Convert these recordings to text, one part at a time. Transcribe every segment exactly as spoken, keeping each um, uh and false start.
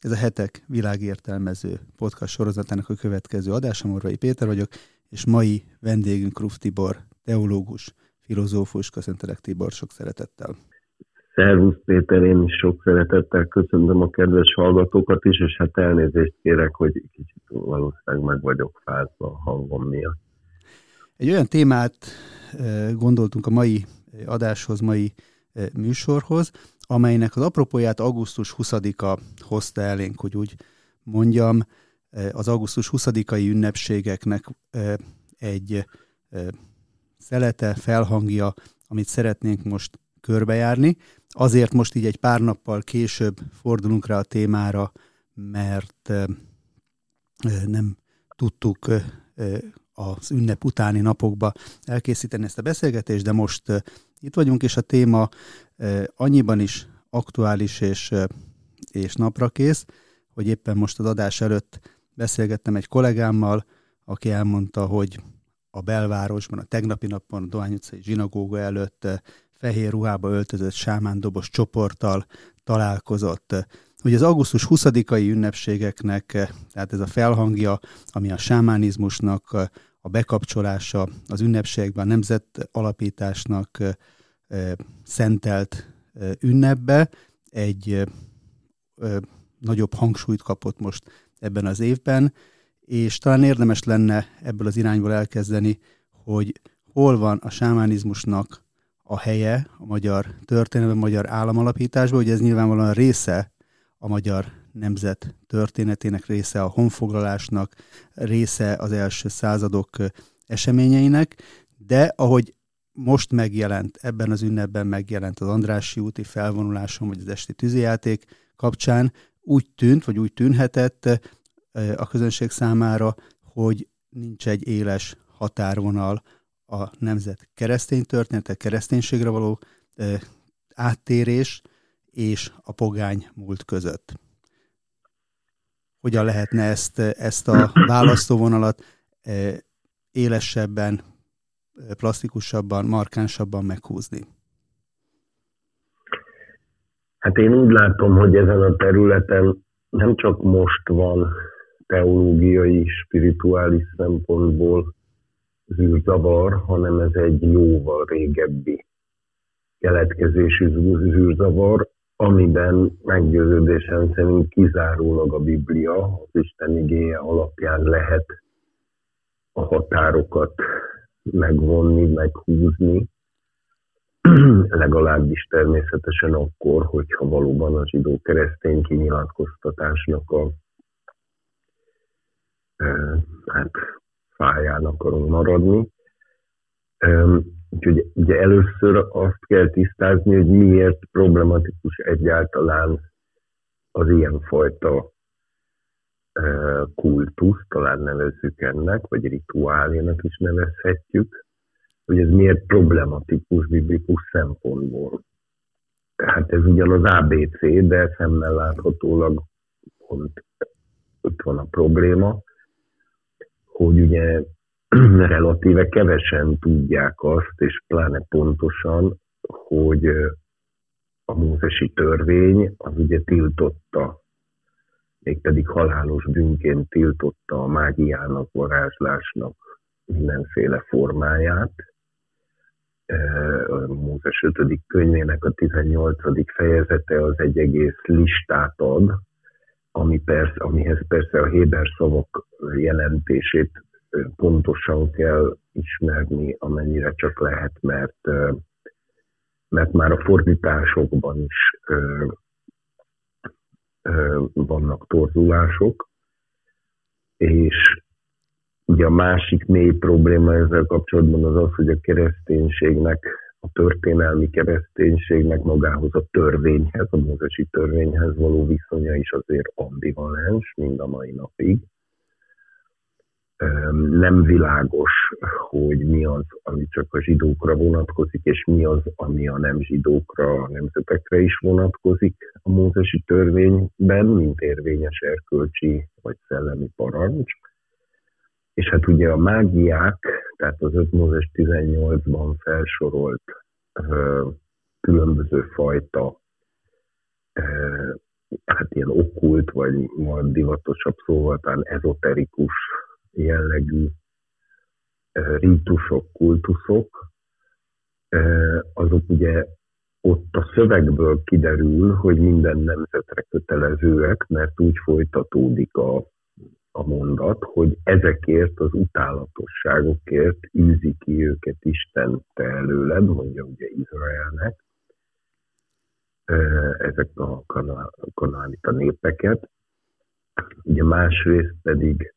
Ez a Hetek világértelmező podcast sorozatának a következő adása. Morvai Péter vagyok, és mai vendégünk Kruf Tibor, teológus, filozófus. Köszöntelek, Tibor, sok szeretettel. Szervusz Péter, én is sok szeretettel köszöntöm a kedves hallgatókat is, és hát elnézést kérek, hogy kicsit valószínűleg meg vagyok fázva a hangom miatt. Egy olyan témát gondoltunk a mai adáshoz, mai műsorhoz, amelynek az apropóját augusztus huszadika hozta elénk, hogy úgy mondjam, az augusztus huszadikai ünnepségeknek egy szelete, felhangja, amit szeretnénk most körbejárni. Azért most így egy pár nappal később fordulunk rá a témára, mert nem tudtuk az ünnep utáni napokba elkészíteni ezt a beszélgetést, de most itt vagyunk, és a téma annyiban is aktuális és, és naprakész, hogy éppen most az adás előtt beszélgettem egy kollégámmal, aki elmondta, hogy a belvárosban, a tegnapi napon a Dohány utcai zsinagóga előtt fehér ruhába öltözött sámándobos csoporttal találkozott. Ugye az augusztus huszadikai ünnepségeknek, tehát ez a felhangja, ami a sámánizmusnak a bekapcsolása az ünnepségben, a nemzet alapításnak szentelt ünnepbe, egy nagyobb hangsúlyt kapott most ebben az évben, és talán érdemes lenne ebből az irányból elkezdeni, hogy hol van a sámánizmusnak a helye a magyar történelemben, a magyar államalapításban, ugye ez nyilvánvalóan része a magyar nemzet történetének, része a honfoglalásnak, része az első századok eseményeinek, de ahogy most megjelent, ebben az ünnepben megjelent az Andrássy úti felvonuláson, vagy az esti tűzijáték kapcsán, úgy tűnt, vagy úgy tűnhetett a közönség számára, hogy nincs egy éles határvonal a nemzet keresztény története, kereszténységre való áttérés és a pogány múlt között. Hogyan lehetne ezt, ezt a választóvonalat élesebben, plastikusabban, markánsabban meghúzni? Hát én úgy látom, hogy ezen a területen nem csak most van teológiai, spirituális szempontból zűrzavar, hanem ez egy jóval régebbi keletkezésű zűrzavar, amiben meggyőződésem szerint kizárólag a Biblia, az Isten igéje alapján lehet a határokat megvonni, meghúzni, legalábbis természetesen akkor, hogyha valóban a zsidó-keresztény kinyilatkoztatásnak a e, hát, fáján akarunk maradni. E, úgyhogy ugye először azt kell tisztázni, hogy miért problematikus egyáltalán az ilyenfajta e, kultusz, talán nevezzük ennek, vagy rituálének is nevezhetjük, hogy ez miért problematikus biblikus szempontból. Tehát ez ugyan az á bé cé, de szemmel láthatólag pont ott van a probléma, hogy ugye relatíve kevesen tudják azt, és pláne pontosan, hogy a mózesi törvény az ugye tiltotta, mégpedig halálos bűnként tiltotta a mágiának, varázslásnak mindenféle formáját. A Mózes ötödik könyvének a tizennyolcadik fejezete az egy egész listát ad, ami persze, amihez persze a héber szavak jelentését pontosan kell ismerni, amennyire csak lehet, mert, mert már a fordításokban is vannak torzulások, és ugye a másik mély probléma ezzel kapcsolatban az az, hogy a kereszténységnek, a történelmi kereszténységnek magához a törvényhez, a mózesi törvényhez való viszonya is azért ambivalens, mind a mai napig. Nem világos, hogy mi az, ami csak a zsidókra vonatkozik, és mi az, ami a nem zsidókra, a nemzetekre is vonatkozik a mózesi törvényben, mint érvényes erkölcsi vagy szellemi parancs. És hát ugye a mágiák, tehát az öt Mózes tizennyolcban felsorolt ö, különböző fajta ö, hát ilyen okkult, vagy majd divatosabb szóval talán ezoterikus jellegű rítusok, kultuszok, azok ugye ott a szövegből kiderül, hogy minden nemzetre kötelezőek, mert úgy folytatódik a, a mondat, hogy ezekért az utálatosságokért űzi ki őket Isten te előled, mondja ugye Izraelnek, ezek a kanálita népeket. Ugye másrészt pedig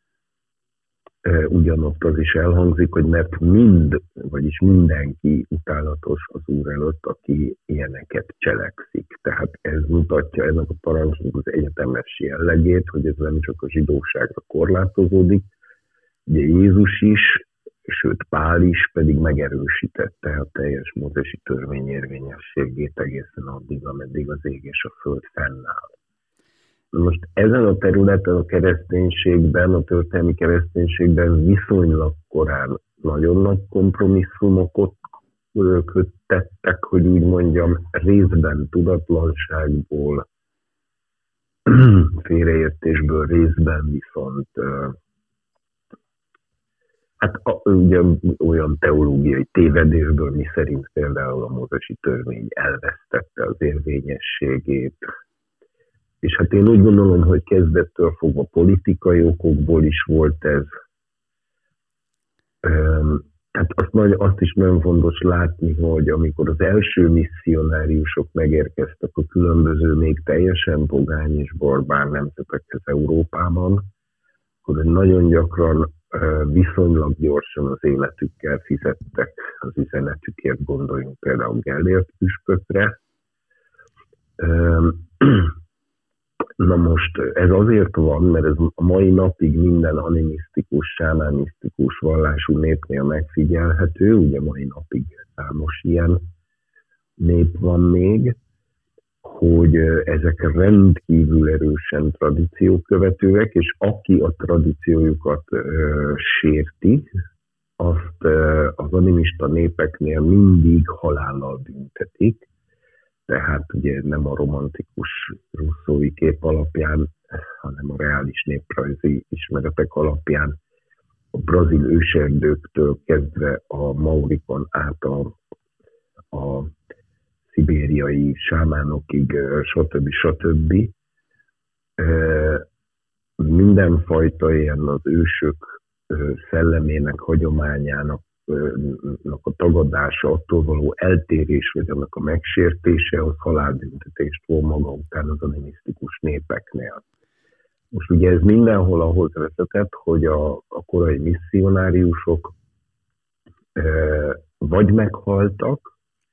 ugyanott az is elhangzik, hogy mert mind, vagyis mindenki utálatos az Úr előtt, aki ilyeneket cselekszik. Tehát ez mutatja ennek a parancsnak az egyetemes jellegét, hogy ez nem csak a zsidóságra korlátozódik. Ugye Jézus is, sőt Pál is pedig megerősítette a teljes mózesi törvény érvényességét egészen addig, ameddig az ég és a föld fennáll. Most ezen a területen a kereszténységben, a történelmi kereszténységben viszonylag korán nagyon nagy kompromisszumokat köttettek, hogy úgy mondjam, részben tudatlanságból, félreértésből, részben viszont hát ugye olyan teológiai tévedésből, mi szerint például a mózesi törvény elvesztette az érvényességét. És hát én úgy gondolom, hogy kezdettől fogva politikai okokból is volt ez. Hát azt, azt is nagyon fontos látni, hogy amikor az első misszionáriusok megérkeztek a különböző, még teljesen pogány és barbár nemzetekhez Európában, akkor nagyon gyakran viszonylag gyorsan az életükkel fizettek az üzenetükért, gondoljunk például Gellért püspökre. Na most ez azért van, mert ez a mai napig minden animisztikus, sámánisztikus vallású népnél megfigyelhető, ugye mai napig számos ilyen nép van még, hogy ezek rendkívül erősen tradíciókövetőek, és aki a tradíciójukat ö, sérti, azt ö, az animista népeknél mindig halállal büntetik. Tehát ugye nem a romantikus russzói kép alapján, hanem a reális néprajzi ismeretek alapján, a brazil őserdőktől kezdve a maurikon át a, a szibériai sámánokig, stb. stb. Mindenfajta ilyen az ősök szellemének, hagyományának a tagadása, attól való eltérés, vagy annak a megsértése, az halálbüntetést von maga után az animisztikus népeknél. Most ugye ez mindenhol ahhoz vezetett, hogy a, a korai misszionáriusok e, vagy meghaltak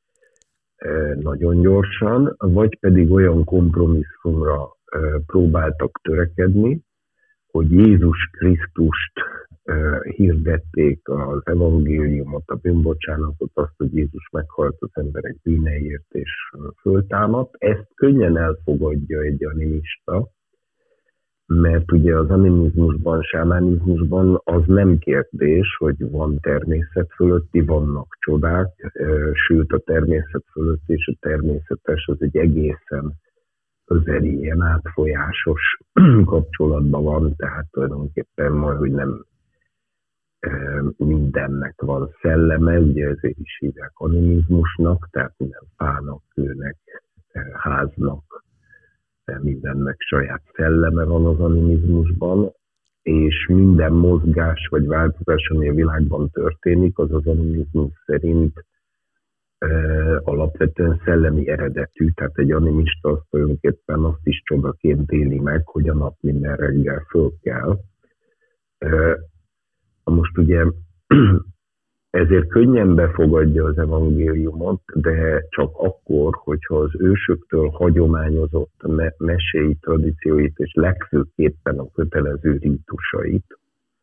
e, nagyon gyorsan, vagy pedig olyan kompromisszumra e, próbáltak törekedni, hogy Jézus Krisztust uh, hirdették, az evangéliumot, a bűnbocsánatot, azt, hogy Jézus meghalt az emberek bűneiért és föltámadt. Ezt könnyen elfogadja egy animista, mert ugye az animizmusban, sámánizmusban az nem kérdés, hogy van természet fölötti, vannak csodák, uh, sőt a természet fölött és a természetes az egy egészen közeli, ilyen átfolyásos kapcsolatban van, tehát tulajdonképpen majd, hogy nem e, mindennek van szelleme, ugye ezért is hívják animizmusnak, tehát minden fának, kőnek, e, háznak, e, mindennek saját szelleme van az animizmusban, és minden mozgás vagy változás, ami a világban történik, az az animizmus szerint Uh, alapvetően szellemi eredetű, tehát egy animista azt tulajdonképpen azt is csodaként éli meg, hogy a nap minden reggel föl kell. Uh, most ugye ezért könnyen befogadja az evangéliumot, de csak akkor, hogyha az ősöktől hagyományozott me- meséi tradícióit és legfőképpen a kötelező rítusait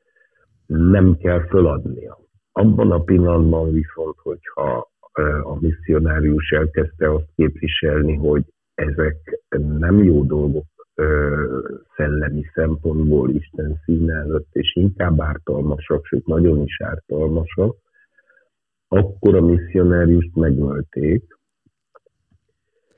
nem kell föladnia. Abban a pillanatban viszont, hogyha a misszionárius elkezdte azt képviselni, hogy ezek nem jó dolgok szellemi szempontból Isten színe előtt, és inkább ártalmasak, sőt nagyon is ártalmasak, akkor a misszionáriust megölték,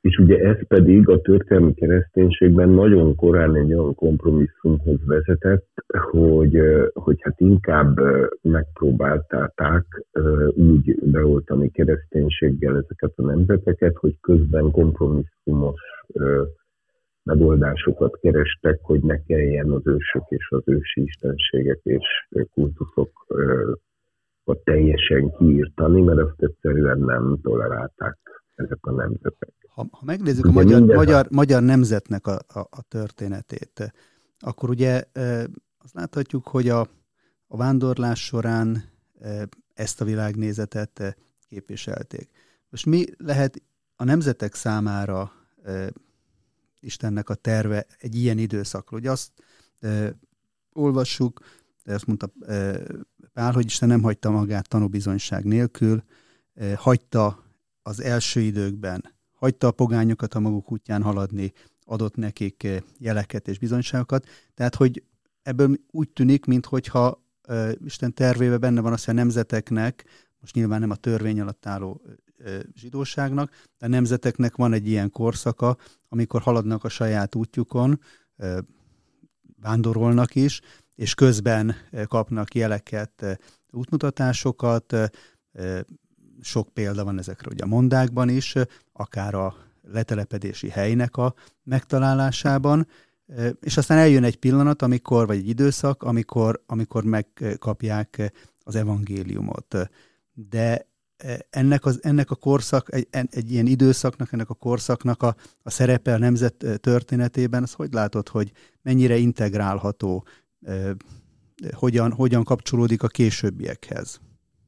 És ugye ez pedig a történelmi kereszténységben nagyon korán egy olyan kompromisszumhoz vezetett, hogy, hogy hát inkább megpróbálták úgy beoltani kereszténységgel ezeket a nemzeteket, hogy közben kompromisszumos megoldásokat kerestek, hogy ne kelljen az ősök és az ősi istenségek és kultuszokat teljesen kiírtani, mert azt egyszerűen nem tolerálták ezek a nemzetek. Ha, ha megnézzük ugye a magyar, minden... magyar, magyar nemzetnek a, a, a történetét, akkor ugye azt láthatjuk, hogy a, a vándorlás során ezt a világnézetet képviselték. Most mi lehet a nemzetek számára Istennek a terve egy ilyen időszakról? Ugye azt olvassuk, de azt mondta Pál, hogy Isten nem hagyta magát tanúbizonyság nélkül, hagyta az első időkben, hagyta a pogányokat a maguk útján haladni, adott nekik jeleket és bizonyságokat. Tehát, hogy ebből úgy tűnik, minthogyha Isten tervében benne van az, hogy a nemzeteknek, most nyilván nem a törvény alatt álló zsidóságnak, de a nemzeteknek van egy ilyen korszaka, amikor haladnak a saját útjukon, vándorolnak is, és közben kapnak jeleket, útmutatásokat, sok példa van ezekre ugye a mondákban is, akár a letelepedési helynek a megtalálásában, és aztán eljön egy pillanat, amikor, vagy egy időszak, amikor, amikor megkapják az evangéliumot. De ennek, az, ennek a korszak, egy, egy ilyen időszaknak, ennek a korszaknak a, a szerepe a nemzet történetében, az hogy látod, hogy mennyire integrálható, eh, hogyan, hogyan kapcsolódik a későbbiekhez?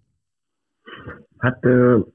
Hát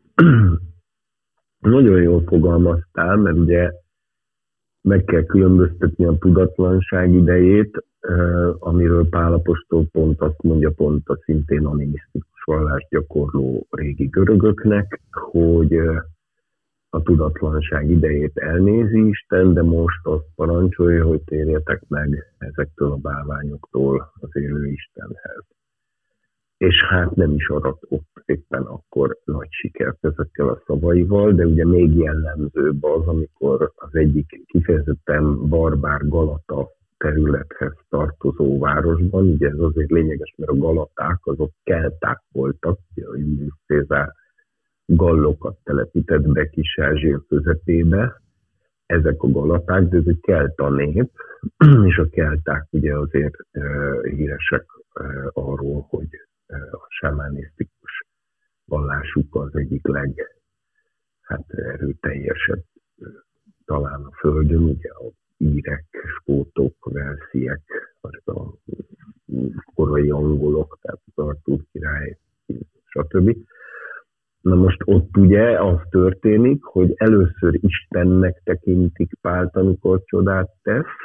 nagyon jól fogalmaztál, mert ugye meg kell különböztetni a tudatlanság idejét, amiről Pál apostol pont azt mondja, pont a szintén animisztikus vallást gyakorló régi görögöknek, hogy a tudatlanság idejét elnézi Isten, de most azt parancsolja, hogy térjetek meg ezektől a bálványoktól az élő Istenhez. És hát nem is arat ott éppen akkor nagy sikert ezekkel a szavaival, de ugye még jellemzőbb az, amikor az egyik kifejezetten barbár Galata területhez tartozó városban, ugye ez azért lényeges, mert a galaták azok kelták voltak, ugye a Julius Cézár gallokat telepített be Kis-Ázsia közepébe, ezek a galaták, de ez egy kelta nép, és a kelták ugye azért uh, híresek uh, arról, hogy a sámánisztikus vallásuk az egyik leg hát, erőteljesebb talán a Földön, ugye a írek, skótok, velsziek, a korai angolok, tehát az Artúr király, stb. Na most ott ugye az történik, hogy először Istennek tekintik Pált, amikor csodát tesz,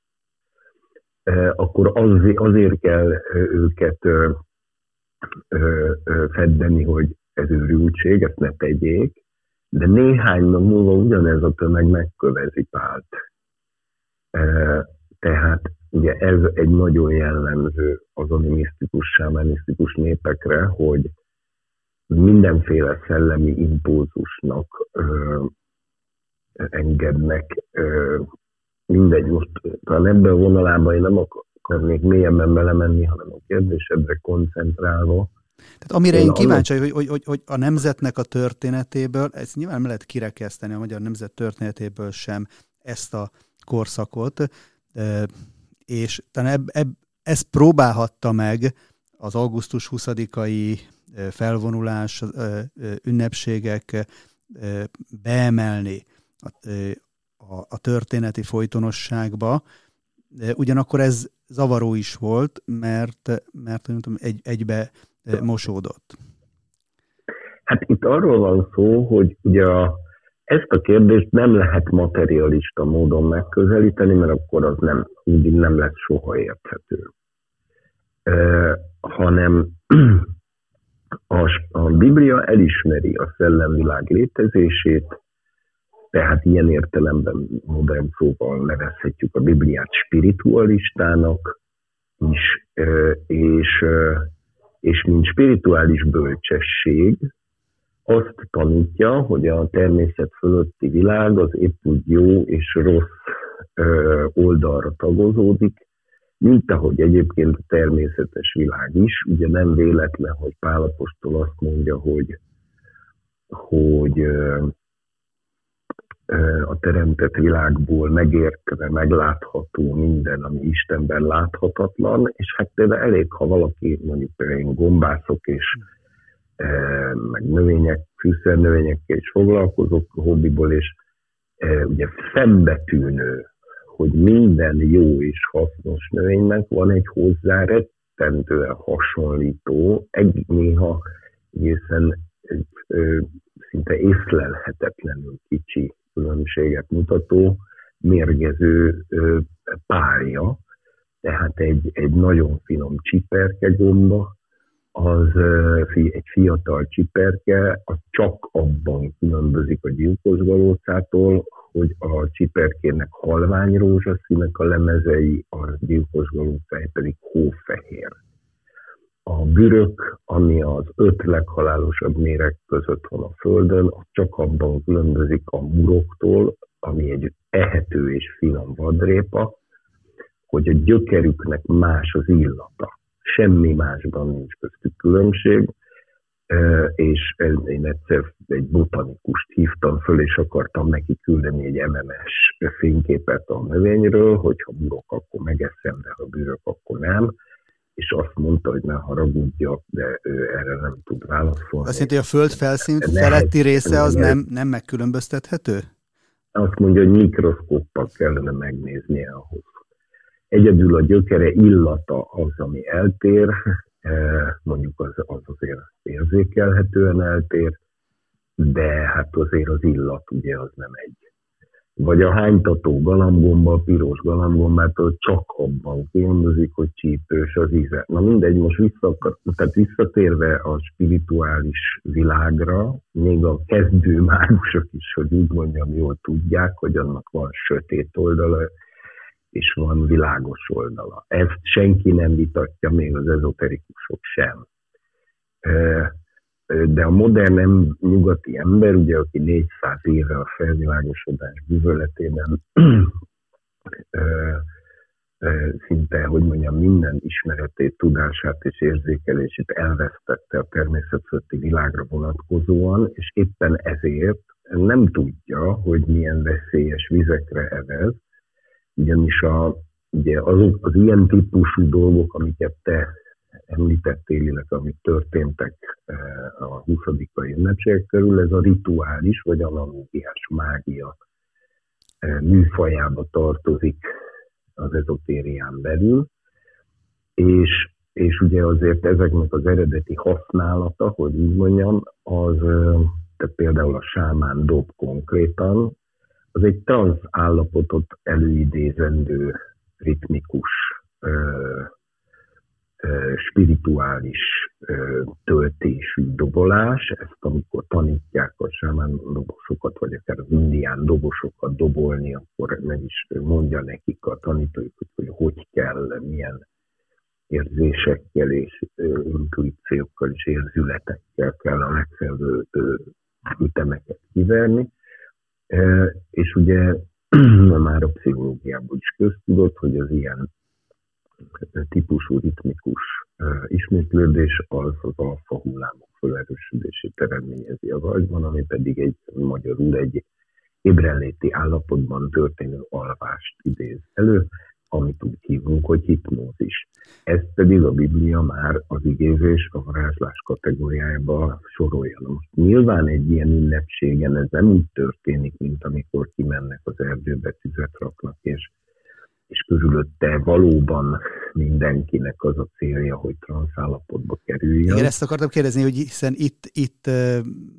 akkor azért, azért kell őket feddeni, hogy ez őrültség, ezt ne tegyék, de néhány nap múlva ugyanez a tömeg megkövezi Pált. Tehát ugye ez egy nagyon jellemző az animisztikus, sámánisztikus népekre, hogy mindenféle szellemi impulzusnak ö, engednek. Ö, mindegy, most talán ebben a vonalában én nem akarnék mélyebben belemenni, hanem a kérdésedre koncentrálva. Tehát amire én, én kíváncsi, annak... hogy, hogy, hogy a nemzetnek a történetéből, ezt nyilván nem lehet kirekeszteni a magyar nemzet történetéből sem ezt a korszakot, és talán eb, eb, ezt próbálhatta meg az augusztus huszadikai felvonulás, ünnepségek beemelni a, a, a történeti folytonosságba. Ugyanakkor ez zavaró is volt, mert, mert tudom, egy, egybe mosódott. Hát itt arról van szó, hogy ugye a, ezt a kérdést nem lehet materialista módon megközelíteni, mert akkor az nem, úgy nem lesz soha érthető. E, hanem a, a Biblia elismeri a szellemvilág létezését, tehát ilyen értelemben modern szóval nevezhetjük a Bibliát spiritualistának is, és, és mint spirituális bölcsesség azt tanítja, hogy a természet fölötti világ az épp úgy jó és rossz ö, oldalra tagozódik, mint ahogy egyébként a természetes világ is. Ugye nem véletlen, hogy Pál apostol azt mondja, hogy, hogy ö, ö, a teremtett világból megértve, meglátható minden, ami Istenben láthatatlan, és hát például elég, ha valaki mondjuk én gombászok és meg növények, fűszernövényekkel is foglalkozok hobbiból, és e, ugye szembetűnő, hogy minden jó és hasznos növénynek van egy hozzá rettentően hasonlító, egy néha egészen egy, ö, szinte észlelhetetlenül kicsi különbséget mutató, mérgező ö, párja, tehát egy, egy nagyon finom csiperkegomba, az egy fiatal csiperke, az csak abban különbözik a gyilkos galócától, hogy a csiperkének halvány rózsaszínek a lemezei, a gyilkos galócáj pedig hófehér. A bürök, ami az öt leghalálosabb méreg között van a Földön, az csak abban különbözik a muroktól, ami egy ehető és finom vadrépa, hogy a gyökerüknek más az illata. Semmi másban nincs köztük különbség, és én egyszer egy botanikust hívtam föl, és akartam neki küldeni egy em em es fényképet a növényről, hogyha burok, akkor megeszem, de ha bűrök, akkor nem. És azt mondta, hogy ne haragudjak, de ő erre nem tud válaszolni. Azt jelenti, hogy a föld felszín feletti része az nem, nem megkülönböztethető? Azt mondja, hogy mikroszkóppal kellene megnéznie ahhoz. Egyedül a gyökere illata az, ami eltér, mondjuk az, az azért érzékelhetően eltér, de hát azért az illat ugye az nem egy. Vagy a hánytató galambgomba, a piros galambgombától csak abban különbözik, hogy csípős az íze. Na mindegy, most vissza, tehát visszatérve a spirituális világra, még a kezdő mágusok is, hogy úgy mondjam, jól tudják, hogy annak van sötét oldala, és van világos oldala. Ezt senki nem vitatja, még az ezoterikusok sem. De a modern nyugati ember, ugye, aki négyszáz éve a felvilágosodás bűvöletében szinte, hogy mondjam, minden ismeretét, tudását és érzékelését elvesztette a természetfölötti világra vonatkozóan, és éppen ezért nem tudja, hogy milyen veszélyes vizekre evez, ugyanis a, ugye azok, az ilyen típusú dolgok, amiket te említettél, illetve amik történtek a huszadikai ünnepségek körül, ez a rituális vagy analógiás mágia műfajába tartozik az ezotérián belül, és, és ugye azért ezeknek az eredeti használata, hogy úgy mondjam, az, tehát például a sámán dob konkrétan, az egy transz állapotot előidézendő ritmikus, ö, ö, spirituális ö, töltésű dobolás. Ezt amikor tanítják a sámán dobosokat, vagy akár az indián dobosokat dobolni, akkor meg is mondja nekik a tanítójuk, hogy hogy, hogy kell, milyen érzésekkel és ö, intuíciókkal és érzületekkel kell a legfelelőbb ütemeket kiverni. E, és ugye már a pszichológiából is köztudott, hogy az ilyen típusú ritmikus e, ismétlődés az az alfa hullámok felerősödését eredményezi az agyban, ami pedig egy magyarul egy ébrenléti állapotban történő alvást idéz elő, amit úgy hívunk, hogy hipnózis. Ez pedig a Biblia már az igézés, a varázslás kategóriájába sorolja. Most nyilván egy ilyen ünnepségen ez nem úgy történik, mint amikor kimennek az erdőbe, tüzet raknak, és, és körülötte valóban mindenkinek az a célja, hogy transzállapotba kerüljön. Igen, ezt akartam kérdezni, hogy hiszen itt, itt ö,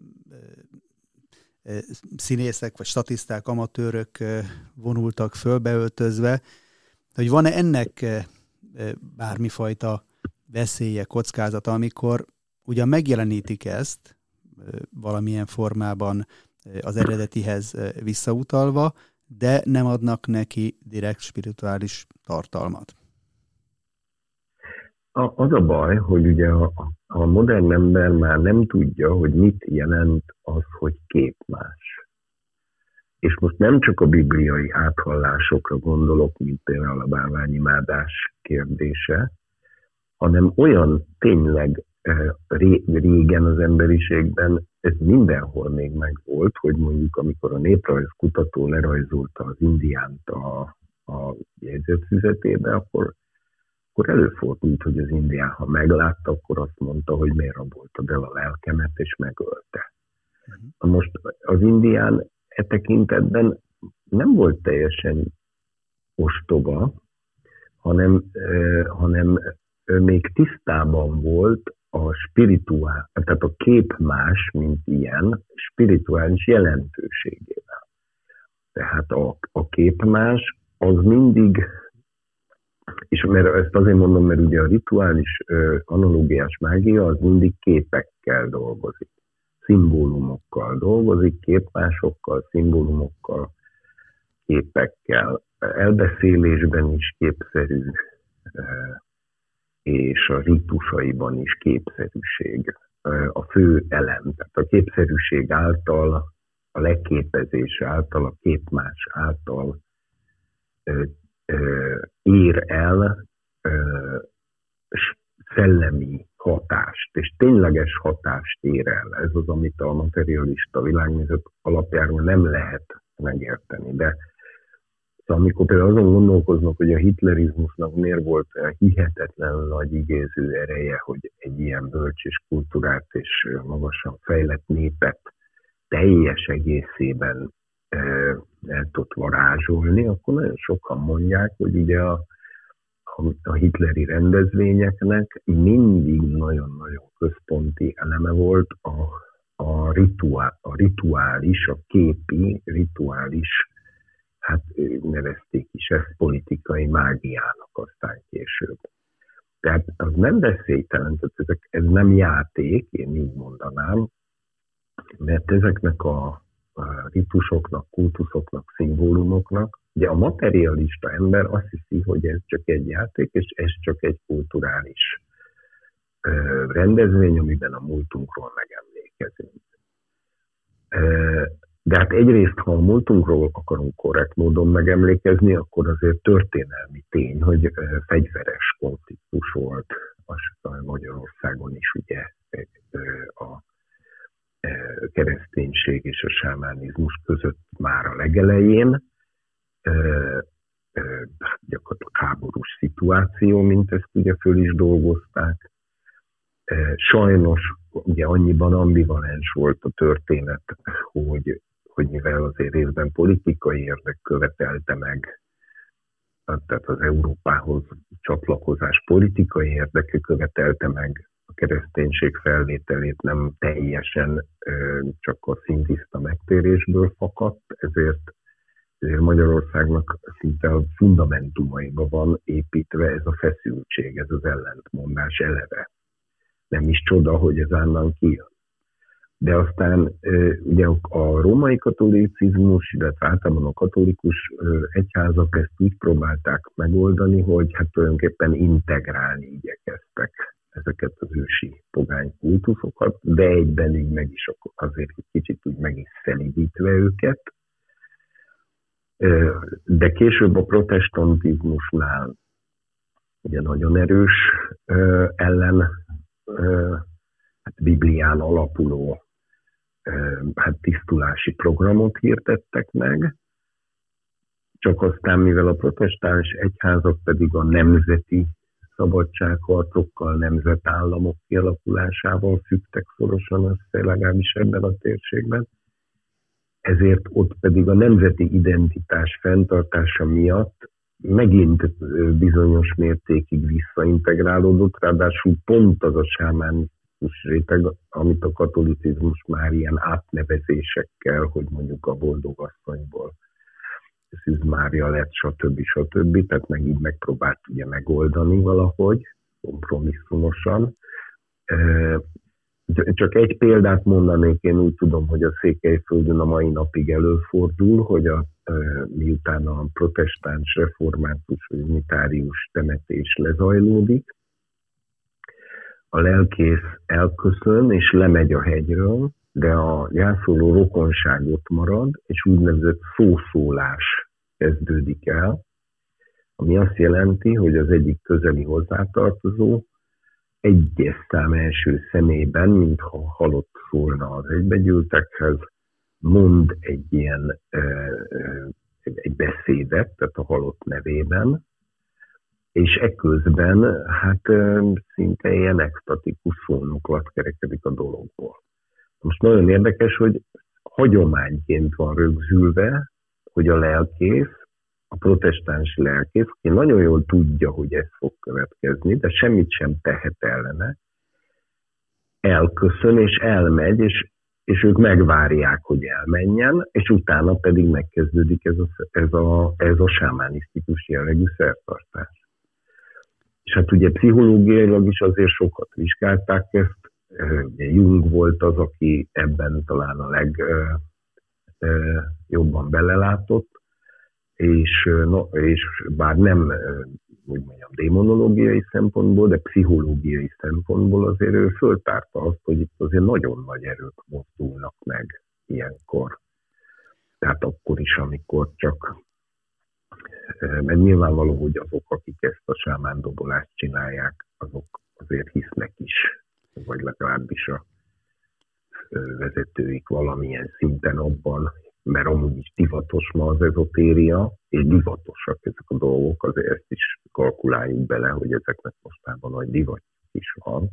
ö, színészek, vagy statiszták, amatőrök ö, vonultak föl, beöltözve, hogy van-e ennek bármifajta veszélye, kockázata, amikor ugyan megjelenítik ezt valamilyen formában az eredetihez visszautalva, de nem adnak neki direkt spirituális tartalmat? A, az a baj, hogy ugye a, a modern ember már nem tudja, hogy mit jelent az, hogy képmás. És most nem csak a bibliai áthallásokra gondolok, mint például a bálványimádás kérdése, hanem olyan tényleg régen az emberiségben, ez mindenhol még megvolt, hogy mondjuk amikor a néprajzkutató lerajzolta az indiánt a, a jegyzetfüzetébe, akkor, akkor előfordult, hogy az indián, ha meglátta, akkor azt mondta, hogy miért raboltad el a lelkemet, és megölte. Uh-huh. Most az indián e tekintetben nem volt teljesen ostoba, hanem, eh, hanem ő még tisztában volt a spirituál, tehát a képmás, mint ilyen, spirituális jelentőségével. Tehát a, a képmás az mindig, és mert ezt azért mondom, mert ugye a rituális uh, analógiás mágia az mindig képekkel dolgozik, szimbólumokkal dolgozik, képmásokkal, szimbólumokkal, képekkel. Elbeszélésben is képszerű, uh, és a ritusaiban is képszerűség a fő elem. Tehát a képszerűség által, a leképezés által, a képmás által ö, ö, ér el ö, szellemi hatást, és tényleges hatást ér el. Ez az, amit a materialista világnézet alapjáról nem lehet megérteni. De amikor például azon gondolkoznak, hogy a hitlerizmusnak miért volt hihetetlen nagy igéző ereje, hogy egy ilyen bölcs és kultúrát és magasan fejlett népet teljes egészében el tudott varázsolni, akkor nagyon sokan mondják, hogy ugye a, a hitleri rendezvényeknek mindig nagyon-nagyon központi eleme volt a, a, rituál, a rituális, a képi, rituális, hát nevezték is ezt politikai mágiának aztán később. Tehát az nem veszélytelen, tehát ezek, ez nem játék, én így mondanám, mert ezeknek a, a ritusoknak, kultuszoknak, szimbólumoknak, ugye a materialista ember azt hiszi, hogy ez csak egy játék, és ez csak egy kulturális ö, rendezvény, amiben a múltunkról megemlékezünk. Ö, De hát egyrészt, ha a múltunkról akarunk korrekt módon megemlékezni, akkor azért történelmi tény, hogy fegyveres konfliktus volt a Magyarországon is, ugye a kereszténység és a sámánizmus között már a legelején. Gyakorlatilag háborús szituáció, mint ezt ugye föl is dolgozták. Sajnos ugye annyiban ambivalens volt a történet, hogy hogy mivel azért részben politikai érdek követelte meg, tehát az Európához csatlakozás politikai érdeke követelte meg a kereszténység felvételét, nem teljesen csak a szintiszta megtérésből fakadt, ezért, ezért Magyarországnak szinte a fundamentumaiba van építve ez a feszültség, ez az ellentmondás eleve. Nem is csoda, hogy ez onnan kijön. De aztán ugye a római katolicizmus, illetve általában a katolikus egyházak ezt úgy próbálták megoldani, hogy hát tulajdonképpen integrálni igyekeztek ezeket az ősi pogány kultuszokat, de egyben így meg is azért egy kicsit úgy meg is szelídítve őket. De később a protestantizmusnál ugye nagyon erős ellen, hát Biblián alapuló hát tisztulási programot hirdettek meg, csak aztán, mivel a protestáns egyházak pedig a nemzeti szabadságharcokkal, nemzetállamok kialakulásával függtek szorosan össze, legalábbis ebben a térségben, ezért ott pedig a nemzeti identitás fenntartása miatt megint bizonyos mértékig visszaintegrálódott, ráadásul pont az a sámán réteg, amit a katolicizmus már ilyen átnevezésekkel, hogy mondjuk a boldogasszonyból Szűz Mária lett, stb. stb. Tehát meg így megpróbált ugye megoldani valahogy, kompromisszumosan. Csak egy példát mondanék, én úgy tudom, hogy a Székelyföldön a mai napig előfordul, hogy a, miután a protestáns, református vagy unitárius temetés lezajlódik, a lelkész elköszön és lemegy a hegyről, de a gyászoló rokonság ott marad, és úgynevezett szószólás kezdődik el, ami azt jelenti, hogy az egyik közeli hozzátartozó egyes szám első személyben, mintha halott szólna az egybegyűltekhez, mond egy ilyen egy beszédet, tehát a halott nevében, és ekközben hát szinte ilyen extatikus szónoklat kerekedik a dologból. Most nagyon érdekes, hogy hagyományként van rögzülve, hogy a lelkész, a protestáns lelkész, aki nagyon jól tudja, hogy ez fog következni, de semmit sem tehet ellene, elköszön és elmegy, és, és ők megvárják, hogy elmenjen, és utána pedig megkezdődik ez a, ez a, ez a sámánisztikus jellegű szertartás. És hát ugye pszichológiailag is azért sokat vizsgálták ezt. Ugye Jung volt az, aki ebben talán a legjobban belelátott, és, no, és bár nem, úgy mondjam, démonológiai szempontból, de pszichológiai szempontból azért ő föltárta azt, hogy itt azért nagyon nagy erők mozdulnak meg ilyenkor. Tehát akkor is, amikor csak, mert nyilvánvaló, hogy azok, akik ezt a sámándobolást csinálják, azok azért hisznek is, vagy legalábbis a vezetőik valamilyen szinten abban, mert amúgy is divatos ma az ezotéria, és divatosak ezek a dolgok, azért ezt is kalkuláljuk bele, hogy ezeknek mostában nagy divat is van.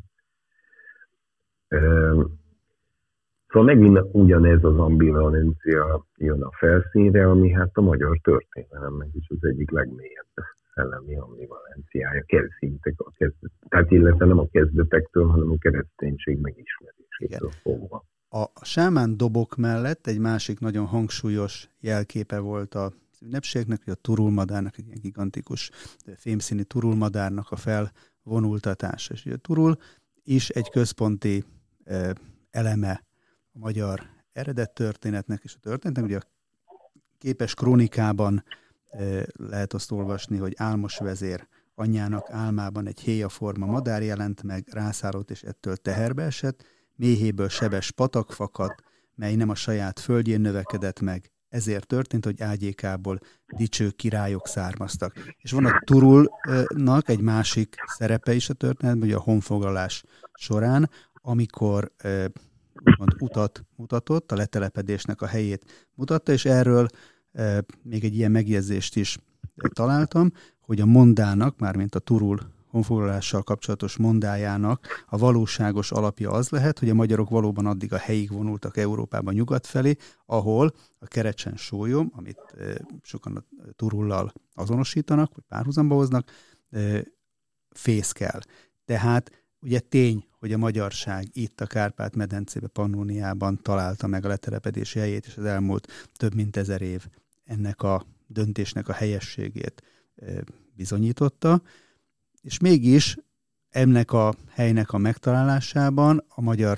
Szóval megint ugyanez az ambivalencia jön a felszínre, ami hát a magyar történelemnek is az egyik legmélyebb szellemi ambivalenciája, kezdetek a kezdet, tehát illetve nem a kezdetektől, hanem a kereszténység megismerésétől fogva. A sámán dobok mellett egy másik nagyon hangsúlyos jelképe volt a ünnepségnek, hogy a turulmadárnak, egy ilyen gigantikus fémszíni turulmadárnak a felvonultatása. És ugye a turul is egy központi eleme a magyar eredettörténetnek és a történetnek. Ugye a képes krónikában lehet azt olvasni, hogy álmos vezér anyjának álmában egy héjaforma madár jelent meg, rászállott és ettől teherbe esett, méhéből sebes patak fakadt, mely nem a saját földjén növekedett meg. Ezért történt, hogy ágyékából dicső királyok származtak. És van a turulnak egy másik szerepe is a történetben, hogy a honfoglalás során, amikor úgymond utat mutatott, a letelepedésnek a helyét mutatta, és erről még egy ilyen megjegyzést is találtam, hogy a mondának, mármint a turul honfoglalással kapcsolatos mondájának a valóságos alapja az lehet, hogy a magyarok valóban addig a helyig vonultak Európában nyugat felé, ahol a kerecsen sólyom, amit sokan a turullal azonosítanak, vagy párhuzamba hoznak, fészkel. Tehát ugye tény, hogy a magyarság itt a Kárpát-medencébe, Pannóniában találta meg a letelepedési helyét, és az elmúlt több mint ezer év ennek a döntésnek a helyességét bizonyította, és mégis ennek a helynek a megtalálásában a magyar,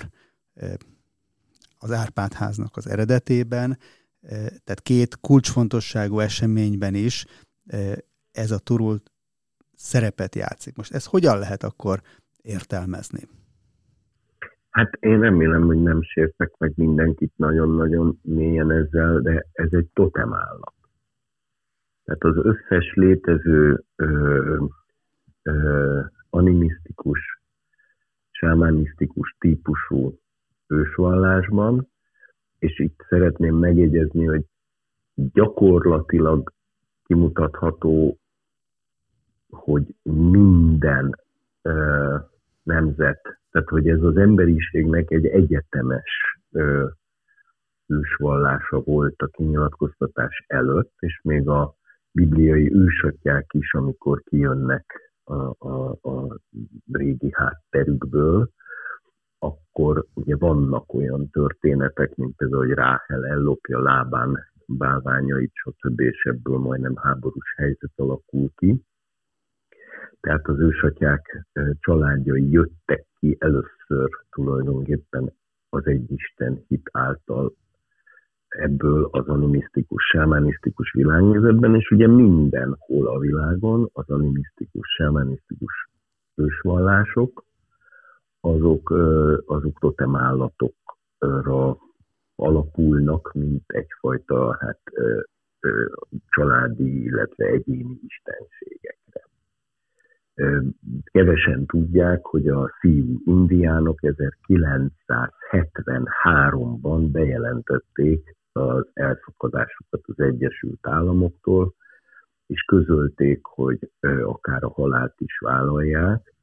az Árpád-háznak az eredetében, tehát két kulcsfontosságú eseményben is ez a turul szerepet játszik. Most ezt hogyan lehet akkor értelmezni? Hát én remélem, hogy nem sértek meg mindenkit nagyon-nagyon mélyen ezzel, de ez egy totemállat. Tehát az összes létező ö, ö, animisztikus, sámánisztikus típusú ősvallásban, és itt szeretném megjegyezni, hogy gyakorlatilag kimutatható, hogy minden ö, nemzet, tehát hogy ez az emberiségnek egy egyetemes ö, ősvallása volt a kinyilatkoztatás előtt, és még a bibliai ősatyák is, amikor kijönnek a, a, a régi hátterükből, akkor ugye vannak olyan történetek, mint például, hogy Ráhel ellopja Lábán bálványait, stb. És ebből majdnem háborús helyzet alakul ki. Tehát az ősatyák családjai jöttek ki először tulajdonképpen az egyisten hit által ebből az animisztikus, sámánisztikus világnézetben, és ugye mindenhol a világon az animisztikus, sámánisztikus ősvallások, azok, azok totemállatokra alapulnak, mint egyfajta hát, családi, illetve egyéni istenségekre. Kevesen tudják, hogy a Sioux indiánok ezerkilencszázhetvenháromban bejelentették az elszakadásukat az Egyesült Államoktól, és közölték, hogy akár a halált is vállalják,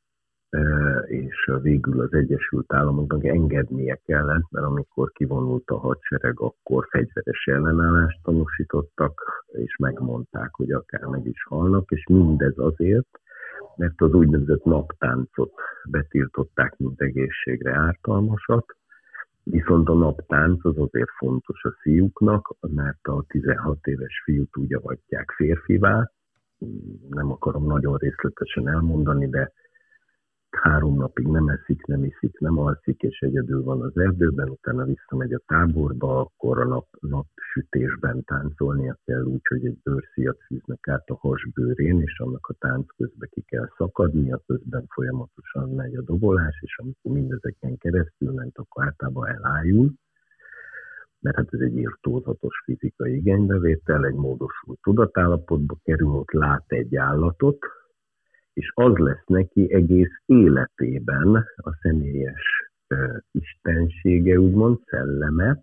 és végül az Egyesült Államoknak engednie kellett, mert amikor kivonult a hadsereg, akkor fegyveres ellenállást tanúsítottak, és megmondták, hogy akár meg is halnak, és mindez azért, mert az úgynevezett naptáncot betiltották, mint egészségre ártalmasat, viszont a naptánc az azért fontos a fiúknak, mert a tizenhat éves fiút úgy avatják férfivá, nem akarom nagyon részletesen elmondani, de három napig nem eszik, nem iszik, nem alszik, és egyedül van az erdőben, utána visszamegy a táborba, akkor a nap, napsütésben táncolnia kell úgy, hogy egy bőrszíjat fűznek át a hasbőrén, és annak a tánc közben ki kell szakadnia, közben folyamatosan megy a dobolás, és amikor mindezeken keresztül ment, akkor általában elájul, mert hát ez egy irtózatos fizikai igénybevétel, egy módosult tudatállapotba kerül, ott lát egy állatot, és az lesz neki egész életében a személyes uh, istensége, úgymond szelleme.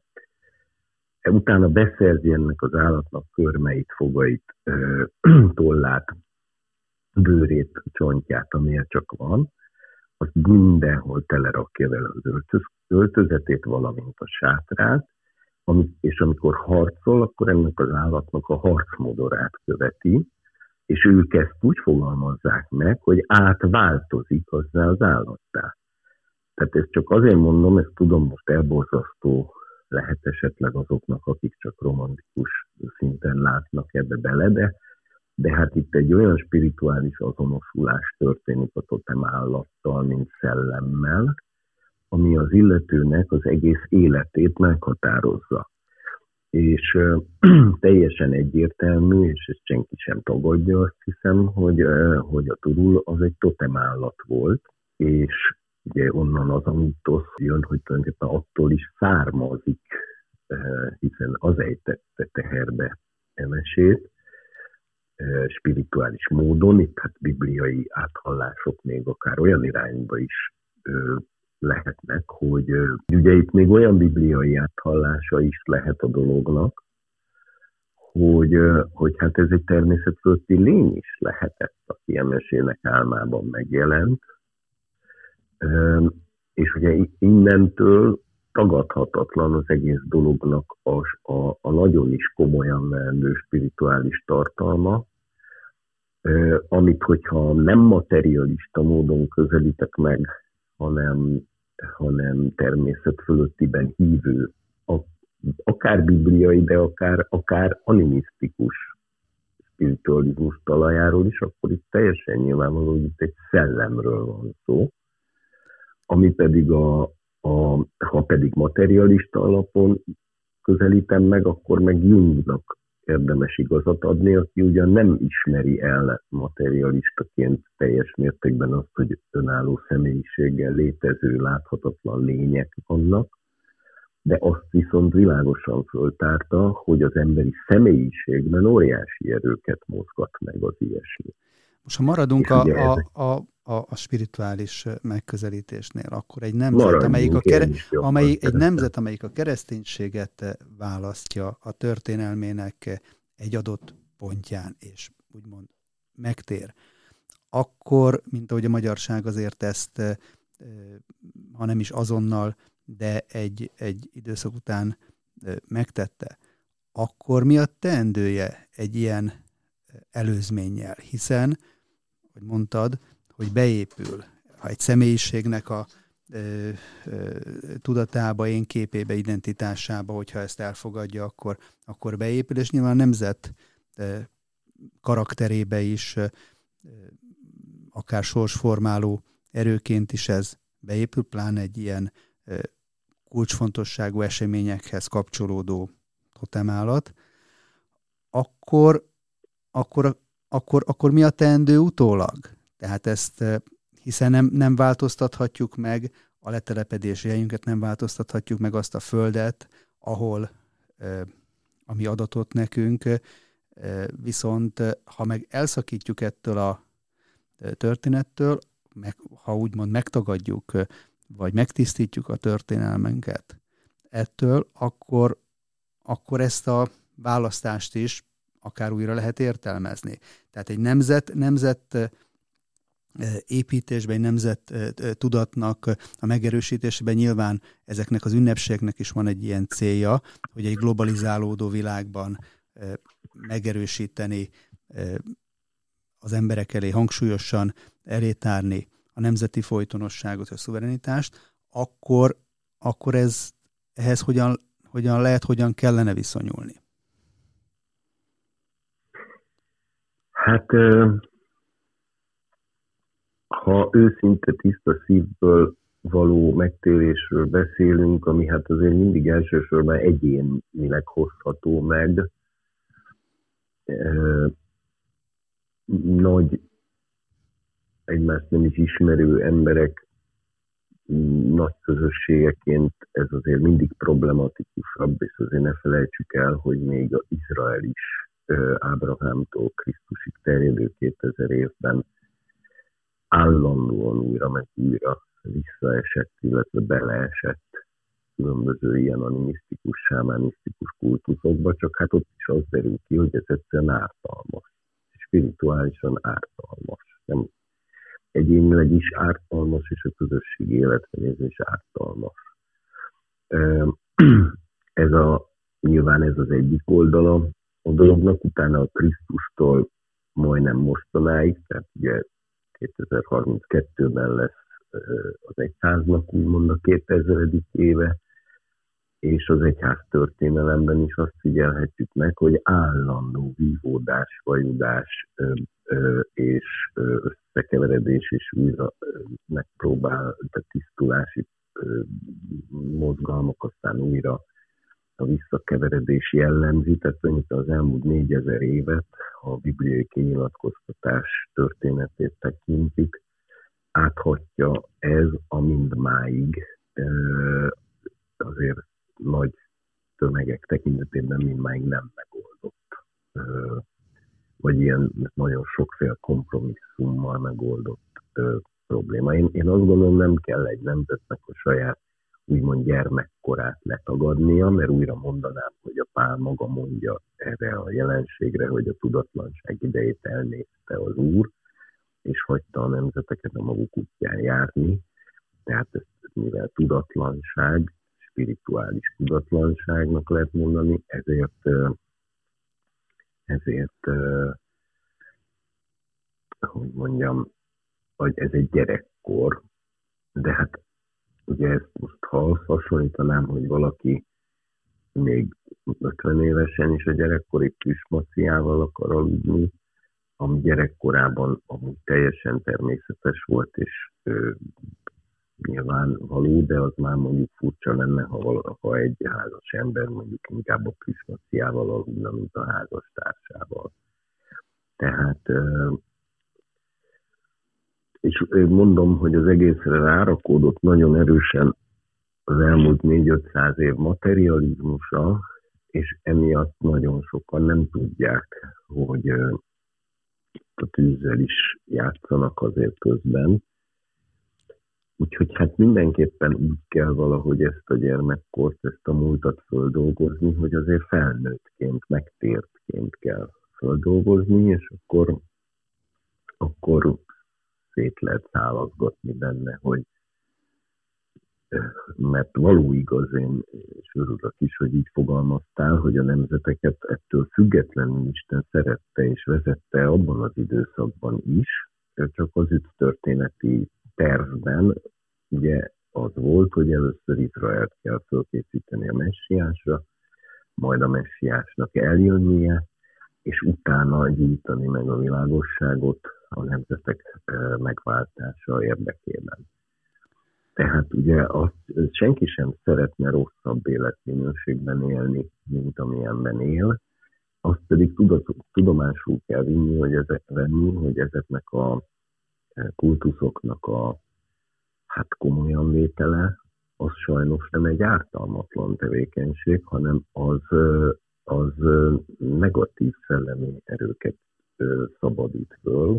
Utána beszerzi ennek az állatnak körmeit, fogait, uh, tollát, bőrét, csontját, amilyen csak van, azt mindenhol telerakja vele az öltöz, öltözetét, valamint a sátrát, amit, és amikor harcol, akkor ennek az állatnak a harcmodorát követi, és ők ezt úgy fogalmazzák meg, hogy átváltozik hozzá az állattá. Tehát ezt csak azért mondom, ezt tudom most elborzasztó lehet esetleg azoknak, akik csak romantikus szinten látnak ebbe bele, de, de hát itt egy olyan spirituális azonosulás történik a totem állattal, mint szellemmel, ami az illetőnek az egész életét meghatározza. És uh, teljesen egyértelmű, és ezt senki sem tagadja, azt hiszem, hogy, uh, hogy a turul az egy totemállat volt, és ugye onnan az a mítosz jön, hogy tulajdonképpen attól is származik, uh, hiszen az ejtette teherbe emesét, uh, spirituális módon, itt hát bibliai áthallások még akár olyan irányba is uh, lehetnek, hogy ugye itt még olyan bibliai áthallása is lehet a dolognak, hogy, hogy hát ez egy természetfölötti lény is lehetett, aki emesének álmában megjelent, és ugye innentől tagadhatatlan az egész dolognak a, a, a nagyon is komolyan veendő spirituális tartalma, amit hogyha nem materialista módon közelítek meg, hanem, hanem természet fölöttiben hívő, akár bibliai, de akár, akár animisztikus spiritualizmus talajáról is, akkor itt teljesen nyilvánvaló, hogy itt egy szellemről van szó, ami pedig a, a, ha pedig materialista alapon közelítem meg, akkor meg Jungnak érdemes igazat adni, aki ugyan nem ismeri el materialistaként teljes mértékben azt, hogy önálló személyiséggel létező, láthatatlan lények vannak, de azt viszont világosan föltárta, hogy az emberi személyiségben óriási erőket mozgat meg az ilyesmi. Most ha maradunk a, a, a, a, a spirituális megközelítésnél, akkor egy nemzet, amelyik, a kere, amelyik, egy nemzet, amelyik a kereszténységet választja a történelmének egy adott pontján, és úgymond megtér, akkor, mint ahogy a magyarság azért ezt, ha nem is azonnal, de egy, egy időszak után megtette, akkor mi a teendője egy ilyen előzménnyel? Hiszen, hogy mondtad, hogy beépül, ha egy személyiségnek a ö, ö, tudatába, én képébe, identitásába, hogyha ezt elfogadja, akkor, akkor beépül, és nyilván a nemzet ö, karakterébe is, ö, akár sorsformáló erőként is ez beépül, pláne egy ilyen ö, kulcsfontosságú eseményekhez kapcsolódó totemállat, akkor, akkor, akkor, akkor mi a teendő utólag? Tehát ezt, hiszen nem, nem változtathatjuk meg a letelepedési helyünket, nem változtathatjuk meg azt a földet, ahol ami adatot nekünk, viszont ha meg elszakítjuk ettől a történettől, meg, ha úgymond megtagadjuk, vagy megtisztítjuk a történelmenket ettől, akkor, akkor ezt a választást is akár újra lehet értelmezni. Tehát egy nemzet, nemzet építésben, egy nemzet tudatnak a megerősítésében nyilván ezeknek az ünnepségnek is van egy ilyen célja, hogy egy globalizálódó világban megerősíteni, az emberek elé hangsúlyosan elétárni a nemzeti folytonosságot, a szuverenitást, akkor, akkor ez, ehhez hogyan, hogyan lehet, hogyan kellene viszonyulni? Hát, ha őszinte tiszta szívből való megtérésről beszélünk, ami hát azért mindig elsősorban egyénileg hozható meg, nagy, egymást nem is ismerő emberek nagy közösségeként ez azért mindig problematikusabb, és azért ne felejtsük el, hogy még az Izrael is Ábrahámtól Krisztusig terjedő kétezer évben állandóan újra meg újra visszaesett, illetve beleesett különböző ilyen animisztikus, sámánisztikus kultuszokba, csak hát ott is az derül ki, hogy ez egyszerűen ártalmas, spirituálisan ártalmas. Nem egyénileg is ártalmas, és a közösségi életben nézve is ártalmas. Ez a, nyilván ez az egyik oldala a dolognak, utána a Krisztustól majdnem mostanáig, tehát ugye kétezer-harminckettőben lesz az egyháznak úgymond a kétezeredik éve, és az egyház történelemben is azt figyelhetjük meg, hogy állandó vívódás, vajudás és összekeveredés és újra megpróbál, tehát tisztulási mozgalmak, aztán újra a visszakeveredés jellemzi, tehát az elmúlt négyezer évet, ha a bibliai kinyilatkoztatás történetét tekintjük, áthatja ez a mindmáig azért nagy tömegek tekintetében mindmáig nem megoldott, vagy ilyen nagyon sokféle kompromisszummal megoldott probléma. Én, én azt gondolom, nem kell egy nemzetnek a saját úgymond gyermekkorát letagadnia, mert újra mondanám, hogy a Pál maga mondja erre a jelenségre, hogy a tudatlanság idejét elnézte az Úr, és hagyta a nemzeteket a maguk útján járni. Tehát ezt mivel tudatlanság, spirituális tudatlanságnak lehet mondani, ezért, ezért hogy mondjam, hogy ez egy gyerekkor, de hát ugye ezt most ha azt hasonlítanám, hogy valaki még ötven évesen is a gyerekkori kismaciával akar aludni, ami gyerekkorában amúgy teljesen természetes volt, és ö, nyilvánvaló, de az már mondjuk furcsa lenne, ha, vala, ha egy házas ember mondjuk inkább a kismaciával aludna, mint a házastársával. Tehát ö, és mondom, hogy az egészre rárakódott nagyon erősen az elmúlt négy-ötszáz év materializmusa, és emiatt nagyon sokan nem tudják, hogy a tűzzel is játszanak azért közben. Úgyhogy hát mindenképpen úgy kell valahogy ezt a gyermekkort, ezt a múltat földolgozni, hogy azért felnőttként, megtértként kell földolgozni, és akkor, akkor szét lehet szálazgatni benne, hogy mert való igaz, én és örülök is, hogy így fogalmaztál, hogy a nemzeteket ettől függetlenül Isten szerette és vezette abban az időszakban is, csak az üt történeti tervben ugye az volt, hogy először Izraelt kell fölkészíteni a messiásra, majd a messiásnak eljönnie, és utána gyűjteni meg a világosságot a nemzetek megváltása érdekében. Tehát ugye azt, senki sem szeretne rosszabb életminőségben élni, mint amilyenben él, azt pedig tudat, tudomásul kell vinni, hogy, ezek, venni, hogy ezeknek a kultuszoknak a hát komolyan vétele, az sajnos nem egy ártalmatlan tevékenység, hanem az, az negatív szellemi erőket szabadít föl,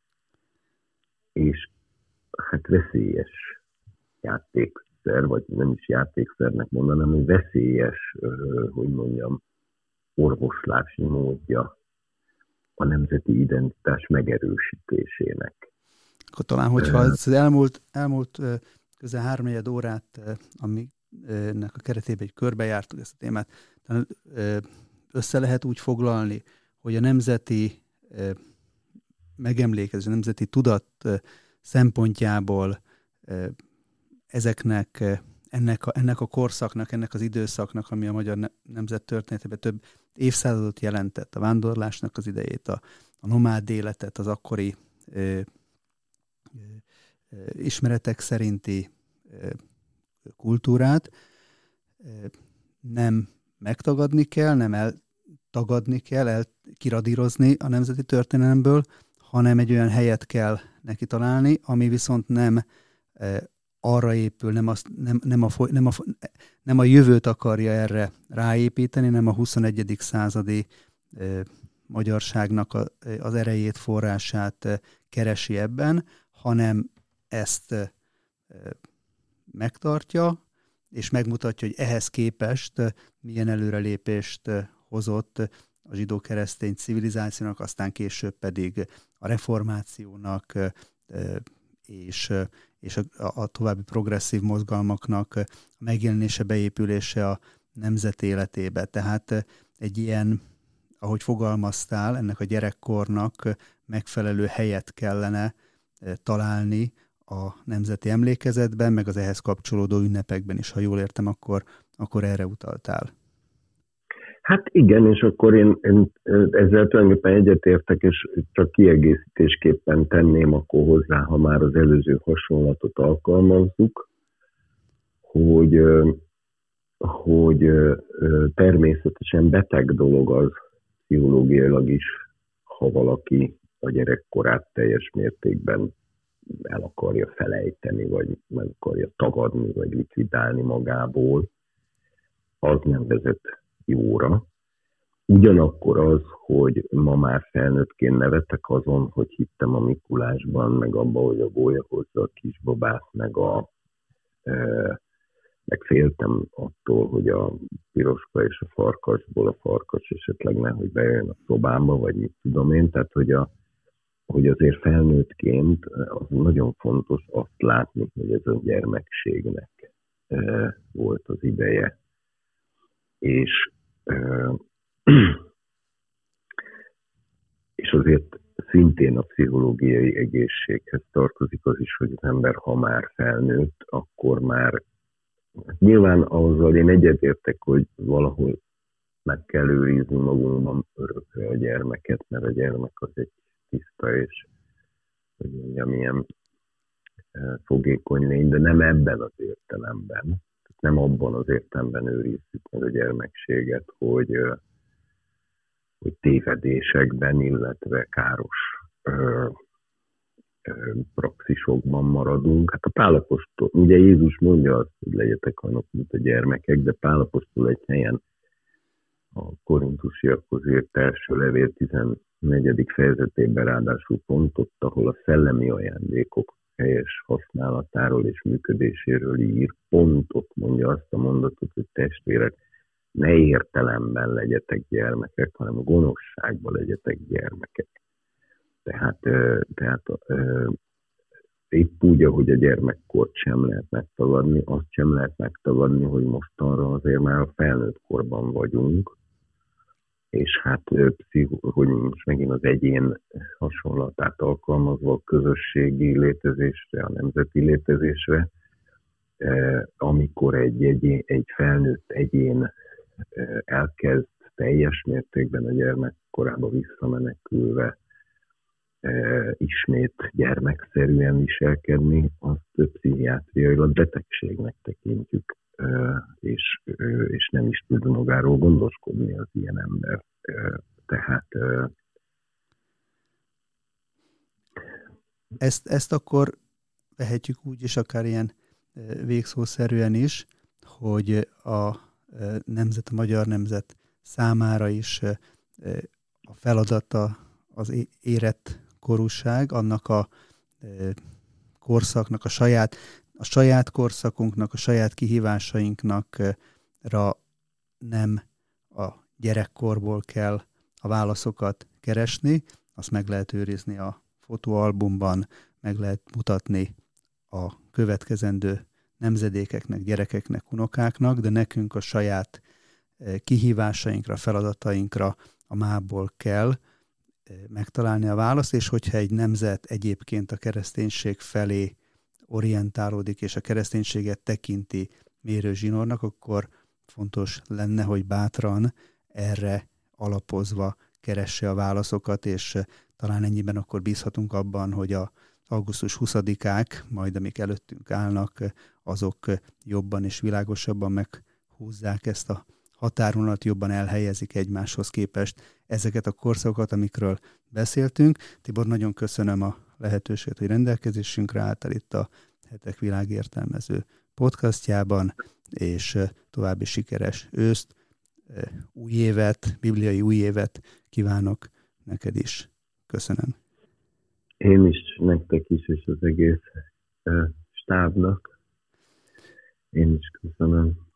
és hát veszélyes játékszer, vagy nem is játékszernek mondanám, hogy veszélyes, hogy mondjam, orvoslási módja a nemzeti identitás megerősítésének. Akkor talán, hogyha az elmúlt, elmúlt közel háromnegyed órát, aminek a keretében egy körbejártuk ezt a témát, talán össze lehet úgy foglalni, hogy a nemzeti megemlékezés, a nemzeti tudat szempontjából ezeknek, ennek a, ennek a korszaknak, ennek az időszaknak, ami a magyar nemzet történetében több évszázadot jelentett, a vándorlásnak az idejét, a, a nomád életet, az akkori ö, ö, ö, ismeretek szerinti ö, kultúrát ö, nem megtagadni kell, nem eltagadni kell, el, kiradírozni a nemzeti történelemből, hanem egy olyan helyet kell neki találni, ami viszont nem ö, arra épül, nem, azt, nem, nem, a, nem, a, nem a jövőt akarja erre ráépíteni, nem a huszonegyedik századi e, magyarságnak a, az erejét, forrását e, keresi ebben, hanem ezt e, megtartja, és megmutatja, hogy ehhez képest e, milyen előrelépést e, hozott a zsidó-keresztény civilizációnak, aztán később pedig a reformációnak e, és és a, a további progresszív mozgalmaknak a megjelenése, beépülése a nemzet életébe. Tehát egy ilyen, ahogy fogalmaztál, ennek a gyerekkornak megfelelő helyet kellene találni a nemzeti emlékezetben, meg az ehhez kapcsolódó ünnepekben is. Ha jól értem, akkor, akkor erre utaltál. Hát igen, és akkor én, én ezzel tulajdonképpen egyetértek, és csak kiegészítésképpen tenném akkor hozzá, ha már az előző hasonlatot alkalmazzuk, hogy, hogy természetesen beteg dolog az pszichológiailag is, ha valaki a gyerekkorát teljes mértékben el akarja felejteni, vagy meg akarja tagadni, vagy likvidálni magából, az nem vezet jóra. Ugyanakkor az, hogy ma már felnőttként nevetek azon, hogy hittem a Mikulásban, meg abban, hogy a gólya hozza a kisbabát, meg, a, e, meg féltem attól, hogy a piroska és a farkasból a farkas esetleg nehogy bejön a szobámba, vagy mit tudom én, tehát hogy, a, hogy azért felnőttként az nagyon fontos azt látni, hogy ez a gyermekségnek e, volt az ideje. És, és azért szintén a pszichológiai egészséghez tartozik az is, hogy az ember, ha már felnőtt, akkor már nyilván azzal én egyetértek, hogy valahol meg kell őrizni magunkban örökre a gyermeket, mert a gyermek az egy tiszta és, hogy mondjam, ilyen fogékony lény, de nem ebben az értelemben. Nem abban az értelemben őrizzük meg a gyermekséget, hogy, hogy tévedésekben, illetve káros ö, ö, praxisokban maradunk. Hát a Pál apostol, ugye Jézus mondja azt, hogy legyetek olyanok, mint a gyermekek, de Pál apostol egy helyen a korintusiakhoz írt első levél tizennegyedik fejezetében ráadásul pontot, ahol a szellemi ajándékok helyes használatáról és működéséről ír, pontot mondja azt a mondatot, hogy testvérek, ne értelemben legyetek gyermekek, hanem a gonoszságban legyetek gyermekek. Tehát, tehát épp úgy, ahogy a gyermekkort sem lehet megtagadni, azt sem lehet megtagadni, hogy mostanra azért már a felnőtt korban vagyunk, és hát, hogy most megint az egyén hasonlatát alkalmazva a közösségi létezésre, a nemzeti létezésre, amikor egy, egy, egy felnőtt egyén elkezd teljes mértékben a gyermekkorába visszamenekülve ismét gyermekszerűen viselkedni, azt pszichiátriailag betegségnek tekintjük, és, és nem is tud magáról gondoskodni az ilyen ember. Tehát ezt, ezt akkor vehetjük úgy is, akár ilyen végszószerűen is, hogy a nemzet, a magyar nemzet számára is a feladata az érett korúság, annak a korszaknak, a saját, a saját korszakunknak, a saját kihívásainknak nem a gyerekkorból kell a válaszokat keresni, azt meg lehet őrizni a fotóalbumban, meg lehet mutatni a következendő nemzedékeknek, gyerekeknek, unokáknak, de nekünk a saját kihívásainkra, feladatainkra a mából kell megtalálni a választ, és hogyha egy nemzet egyébként a kereszténység felé orientálódik, és a kereszténységet tekinti mérőzsinórnak, akkor fontos lenne, hogy bátran erre alapozva keresse a válaszokat, és talán ennyiben akkor bízhatunk abban, hogy a augusztus huszadikák, majd amik előttünk állnak, azok jobban és világosabban meghúzzák ezt a határonalat, jobban elhelyezik egymáshoz képest ezeket a korszakokat, amikről beszéltünk. Tibor, nagyon köszönöm a lehetőséget, hogy rendelkezésünkre álltál itt a Hetek Világértelmező podcastjában, és további sikeres őszt, új évet, bibliai új évet kívánok neked is. Köszönöm. Én is, nektek is, és az egész stábnak. Én is köszönöm.